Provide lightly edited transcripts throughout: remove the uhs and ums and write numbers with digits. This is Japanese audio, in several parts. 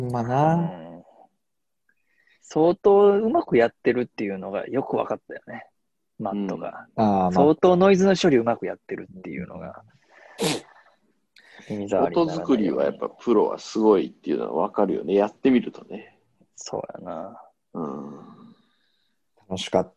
まあうな。 ん。相当うまくやってるっていうのがよく分かったよね。マットうん。 が。 ああ、まあ、 相当ノイズの処理うまくやってるっていうのが耳障りに音なら作りはやっないように。 ぱプロはすごいっていうのはわかるよね。やってみるとね。 そうやな。 うん。 楽しかった。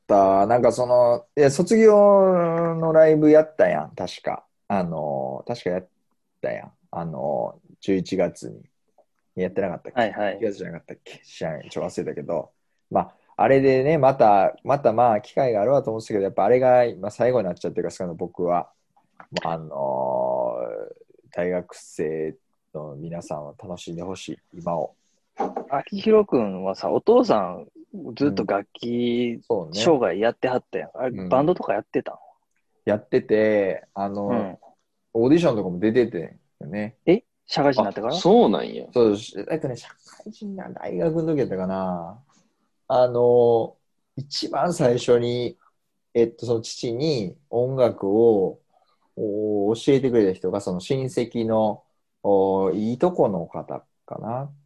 なんかその、いや、卒業のライブやったやん、確か。確かやったやん。11月に。やってなかったっけ？ はいは 11 い。 月じゃなかったっけ？知らん、ちょっと忘れたけど。まあ、あれでね、またまあ、機会があるわと思ってたけど、やっぱあれが、まあ、最後になっちゃってるから、その僕は。まあ大学生の皆さんは楽しんでほしい、今を。 秋広くんはさ、お父さんずっとうん、 楽器そうね。 生涯やってはったやん。あれ、 うん。 バンドとかやってたやってて、 ん？うん。 オーディションとかも出ててよね。 社会人になあ、 ってから？ そうなんや。 そう、社会人が大学の時やったかな。あの、一番最初に、その父に音楽を教えてくれた人が、その親戚のいいとこの方かなって、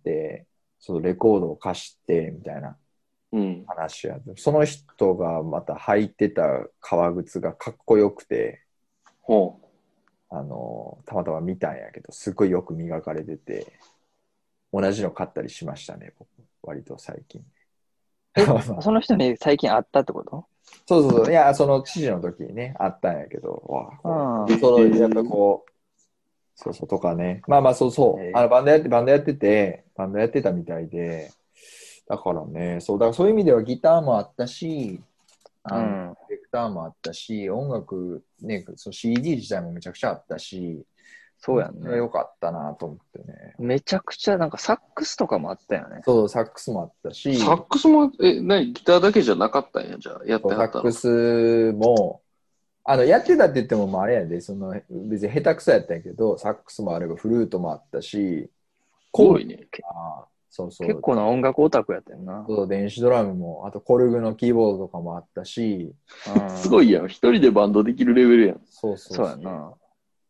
そのレコードを貸して、みたいなうん。 話や。その人がまた履いてた革靴がかっこよくて、 ほたまたま見たんやけど、すごいよく磨かれてて、同じの買ったりしましたね、僕。割と最近。 その人に最近会ったってこと？ そうそうそう。いや、その父の時にね、あったんやけど、わあ、 うこん。 れ、やっぱこう、そうそうとかね。まあまあ、そうそう。バンドやってて、バンドやってたみたいで、だからね、そう、だからそういう意味ではギターもあったし、 うん。 エフェクターもあったし、音楽、ね、その CD 自体もめちゃくちゃあったし、 そうやんね。 それは良かったなと思ってね。 めちゃくちゃなんかサックスとかもあったよね。 そう、サックスもあったう。サッし、 クスも、ギターだけじゃなかったんや、じゃあ、やっそうサックてはったの。 スも、やってたって言っても、まあ、あれやで、その、別に下手くそやったんやけど、サックスもあればフルートもあったし、コンすごいね。 そうそう、 結構な音楽オタクやったよな。 そう電子ドラムも、あとコルグのキーボードとかもあったし、 うん。 すごいやん。一人でバンドできるレベルやん。 そうそうそう。 そうやな。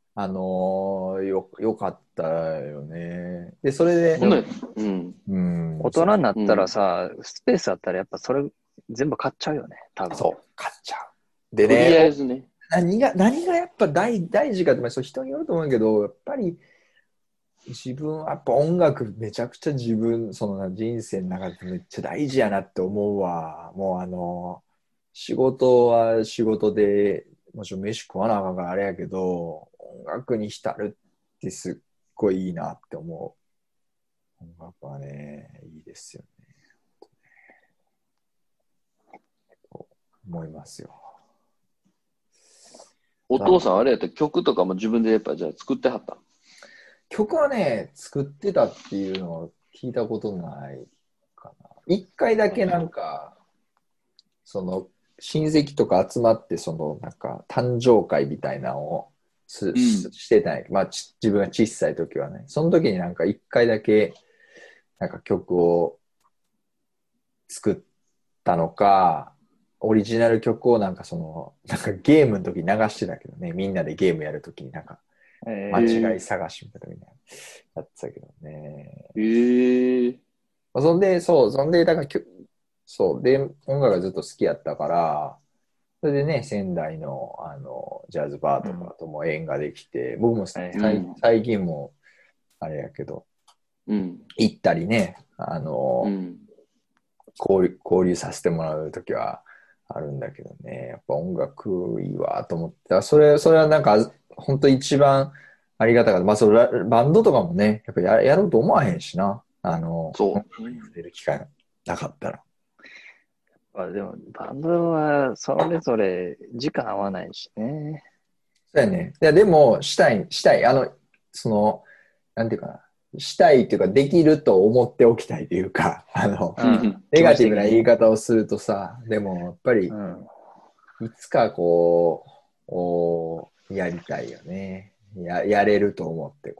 よかったよね。で、それで、 ほんなんやうん。 うん、 大人になったらうん。 さ、スペースあったらやっぱそれ全部買っちゃうよね、多分。 そう、買っちゃう。でとりね、 あえずね。 何がやっぱ大事かって、まあ、そう人によると思うけど、やっぱり自分はやっぱ音楽めちゃくちゃその人生の中でめっちゃ大事やなって思うわ。もう仕事は仕事で、もちろん飯食わなあかんからあれやけど、音楽に浸るってすっごいいいなって思う。音楽はね、いいですよね。と思いますよ。 お父さんあれやったら曲とかも自分でやっぱじゃあ作ってはった。 曲はね、作ってたっていうのを聞いたことないかな。一回だけなんか、その親戚とか集まってそのなんか誕生会みたいなのをしてたんやけど、まあ自分が小さい時はね、その時になんか一回だけなんか曲を作ったのか、オリジナル曲をなんかなんかゲームの時に流してたけどね、みんなでゲームやる時になんか間違い探しみたいなのやってたけどね。 へえ。 そんで、だからそう、で、音楽がずっと好きやったから、それでね、仙台の、ジャズバーとうん。 かとも縁ができて、僕もうはいはい。 ん。 最近も、あれやけど、 うん。 行ったりね、 うん。 交流させてもらうときはあるんだけどね、やっぱ音楽いいわと思って、それはなんか、本当一番ありがたかった。まあ、バンドとかもね、やっぱやろうと思わへんしな、音そう。 楽に触れる機会がなかったら。 でも、バンドはそれぞれ時間合わないしね。 そうやね。いや、でも、したい。なんていうかな。したいっていうか、できると思っておきたいというか、 うん。 ネ気持ガティブな言いち的にね。 方をするとさ、でも、やっぱり、 うん。 いつかこう、やりたいよね。やれると思って、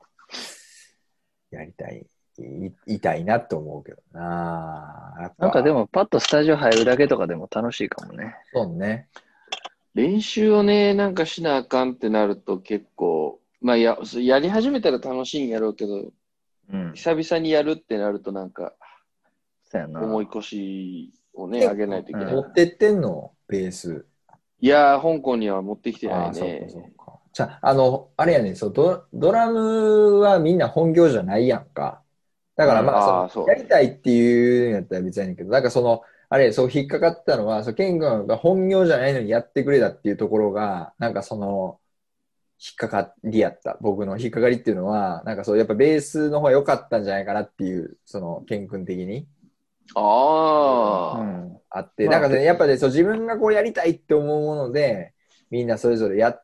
やりたい、いたいなと思うけどな。やっぱ、 なんかでも、パッとスタジオ入るだけとかでも楽しいかもね。 そうね。 練習をね、なんかしなあかんってなると結構、まあやり始めたら楽しいんやろうけど、 うん。 久々にやるってなるとなんか、 そうやな。 重い腰をね、 結構上げないといけない。 持ってってんのベース。 いやー、香港には持ってきてないああ、そうかね。 そうか。じゃあ、あれやね、ドラムはみんな本業じゃないやんか。だからまあ、 ああ、そうね。 やりたいっていうんやったら別にいいんやけど、なんかあれ、引っかかったのは、ケン君が本業じゃないのにやってくれたっていうところが、なんか引っかかりやった。僕の引っかかりっていうのは、なんかやっぱベースの方が良かったんじゃないかなっていう、ケン君的に。 ああ、 うん。 あって、 まあなんかね、やっぱね、自分がやりたいって思うもので、みんなそれぞれやって、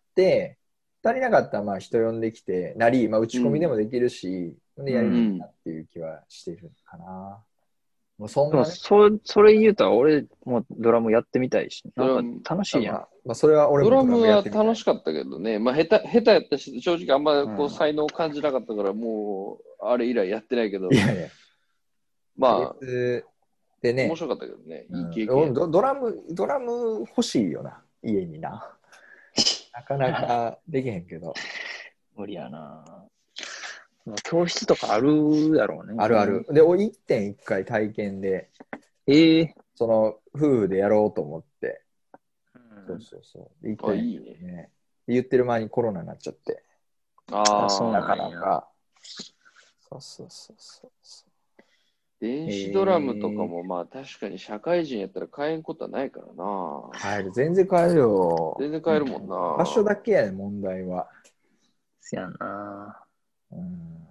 足りなかったらまあ人呼んできて、まあ打ち込みでもできるし、でやりたいなっていう気はしてるかな。もうそんでも、 なね、 それ言うたら俺もドラムやってみたいし、なんか楽しいやん。 まあそれは俺もドラドラムはムやってみたい。 楽しかったけどね。まあ、下手やったし、正直あんまうん才能を感じなかったから、もう、あれ以来やってないけど、 いやいや、 まあ、 ベースでね、 面白かったけどね。いい経験。 うん、ドラム欲しいよな、家にな。なかなかできへんけど。 無理やな。教室とかあるやろうね。 あるある。で、1.1回体験で、 ええ夫婦でやろうと思って、そうそうそう。で行ったあ、 んやいいね。 けどね。で言ってる前にコロナになっちゃって、 あ、そうああ、 なかなんや。 なか、そうそうそうそうそ電子ドラムとかも、まあ確かに社会人やったら買えんことはないからな。 う。帰る、全然帰るよ。 全然買えるもんな。 場所だけやね、問題は。 せやな。 うん、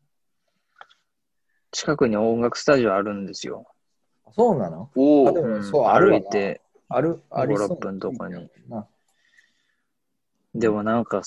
近くに音楽スタジオあるんですよ。 そうなのあ、 おお、 でも、 うん。 そう、あるわな。 歩いてあり 5、6 そう分とかに。 な。 でもなんか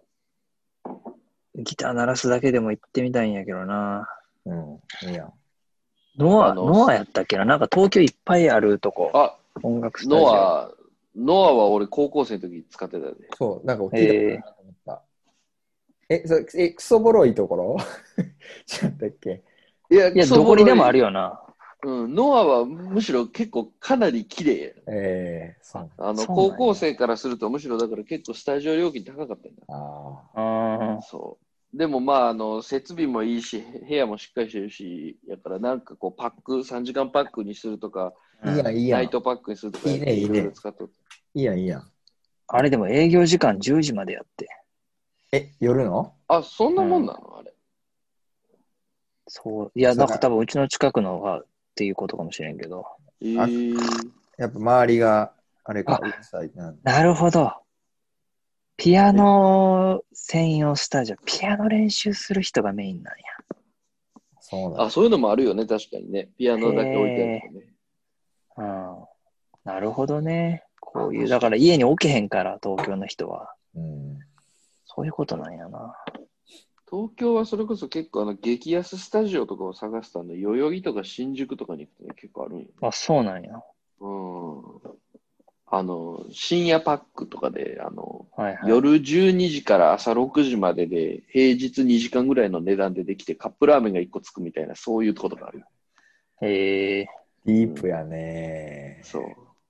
ギター鳴らすだけでも行ってみたいんやけどな。 うん、いいやん。 ノアやったっけな、なんか東京いっぱいあるとこ。 あ、 音楽スタジオ。 ノアは俺高校生の時使ってたで。 そう、なんか聞いたことあるなと思った。クソボロいところ違ったっけ？ いや、 いや、どこにでもあるよな。 うん、ノアはむしろ結構かなり綺麗そう。 そうなんや高校生からするとむしろだから結構スタジオ料金高かったんだ。 ああそう。でもまあ、設備もいいし、部屋もしっかりしてるし、だからなんかこう3時間パックにするとか、 あ。 いいやん、いいやん。 ナイトパックにするとかやっていいねいいねいろいろ使っとって。 いいやん、いいやん。 あれでも営業時間10時までやって。 夜の？ あ、そんなもんなのあれ。 そう。いや、 それなんか多分うちの近くのがっていうことかもしれんけど。 あー、 やっぱ周りが、あれか、 あうるさいな。 なるほど。ピアノ専用スタジオ。ピアノ練習する人がメインなんあ、 そうなんそういうのもあるよね、確かにね。ピアや。 ノだけ置いてあるとかね。 うん。なるほどね。こういう、 あだから家に置けへんから、東京の人は。 うん。 そういうことなんやな。 東京はそれこそ結構激安スタジオとかを探すと代々木とか新宿とかに行くとね、結構あるんよね。 あ、そうなんや。 うん。深夜パックとかで、 はいはい。 夜12時から朝6時までで、平日2時間ぐらいの値段でできて、カップラーメンが1個つくみたいな、そういうことがあるよ。 へえ、 ディープやね。 そう。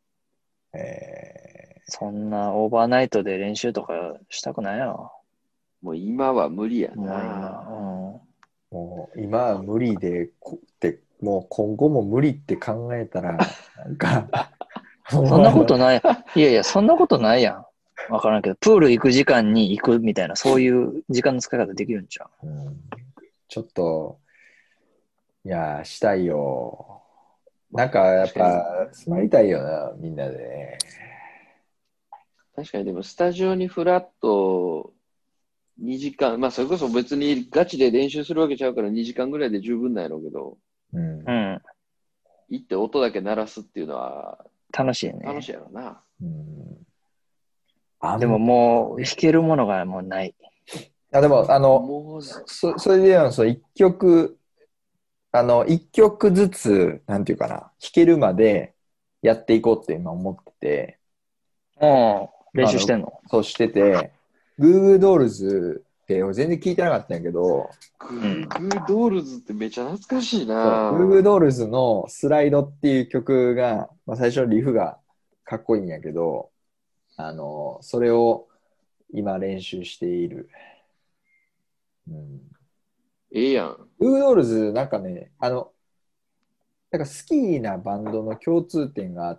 そんなオーバーナイトで練習とかしたくないな。 もう今は無理やもうな。 もう今は無理で、もう今後も無理って考えたら、なんか、 うん。そんなことない。いやいや、そんなことないやん。わからんけど、プール行く時間に行くみたいな、そういう時間の使い方できるんちゃう？ ちょっと、いや、したいよ。なんか、やっ確かに、 ぱ、集まりたいよな、みんなでね。 確かにでもスタジオにフラッと2時間、まあそれこそ別にガチで練習するわけちゃうから2時間ぐらいで十分なんやろうけど、 うんう。ん。 行って音だけ鳴らすっていうのは楽しいね。 楽しいやろな。 でももう弾けるものがもうない。 でも、 もう、 それで言うの、一曲ずつ、なんていうかな、弾けるまでやっていこうって今思ってて、 うん。練習してんの？ そうしてて、グーグードールズって俺全然聞いてなかったんやけど、 グーグードールズってめちゃ懐かしいな。 グーグードールズのスライドっていう曲が、まあ、最初のリフがかっこいいんやけど、それを今練習している。 ええやん。 ウードールズ、なんかね、なんか好きなバンドの共通点があって、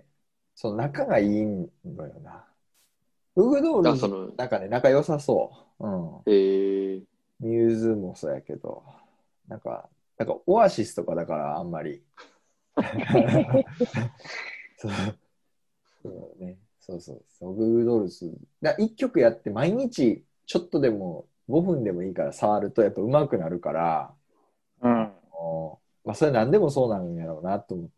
その仲がいいのよな。ウードールあ、 ズ、なんかね、仲良さそう。うん。 ええミューズもそうやけど、なんか、オアシスとかだからあんまり。そうそうね。そうそうそう。ウードールズ。一曲やって毎日ちょっとでも5分でもいいから触るとやっぱ上手くなるから、 うん。 まあそれ何でもそうなんやろうなと思って、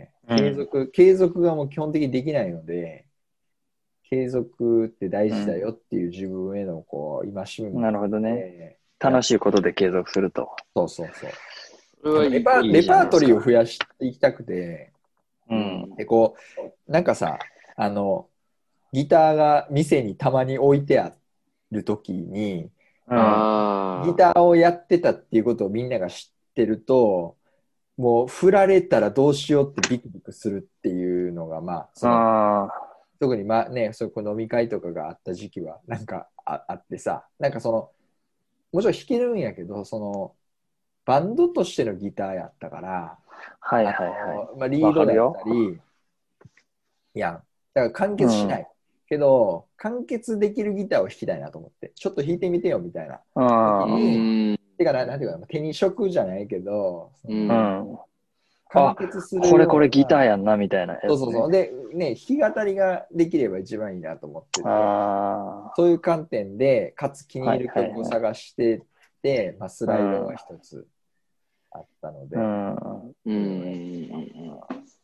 うん。 継続がもう基本的にできないので、継続って大事だよっていう自分へのこう、戒めもな込めるほどね。 て、 楽しいことで継続すると。 そうそうそう。 それはいいこといいレパートリーをじゃないですか。 増やしていきたくて、 うん。 で、こう、なんかさ、あの、ギターが店にたまに置いてあるときに、 うん。 ギあターをやってたっていうことをみんなが知ってると、もう振られたらどうしようってビクビクするっていうのが、まあ、 ああ。 特にまあね、そういう飲み会とかがあった時期はなんかあってさ、なんかもちろん弾けるんやけど、バンドとしてのギターやったから、 はいはいはい。 まあ、リードだっわかるよ。 たり、やん。だから完うん。 結しない。けど、完結できるギターを弾きたいなと思って、ちょっと弾いてみてよみたいな時あ、うあに、 ん、 てかなんていうか、手に職じゃないけど、 あ。ううん、 ん。あ、 完結するよこれこれうな、 ギターやんなみたいなやつね。 そうそうそう。で、ね、弾き語りができれば一番いいなと思ってて、 あそういう観点で、かつ気あ。はいに入るはいはい。 曲を探してて、まあ、スうライドがん。 一つあったのうで、 ん。 うそれをやっん。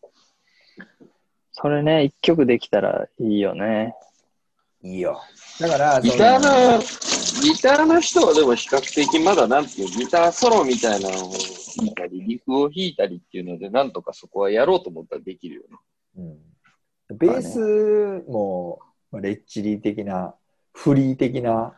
それね、一曲できたらいいよね。 いいよ。だから、 ギターの、ギターの人はでも比較的まだなんていうギターソロみたいなのを弾いたり、リフを弾いたりっていうので、なんとかそこはやろうと思ったらできるよね。 ベーまあね。 スも、まあレッチリ的な、フリー的な、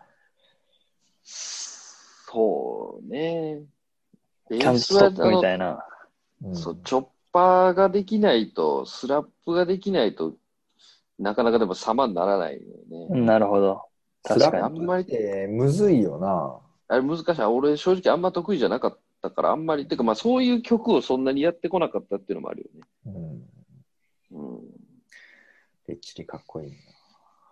そうね。ベキャースは、 ンストップみたいな。 そう、チョッパーができないと、スラップができないとなかなかでも様にならないよね。 なるほど。 スラッ確かに。 あんまり、 プってむずいよな。 あれ難しい。俺正直あんま得意じゃなかったから、あんまり、てかまあそういう曲をそんなにやってこなかったっていうのもあるよね。 うん。 うん。 レッチリかっこいいな。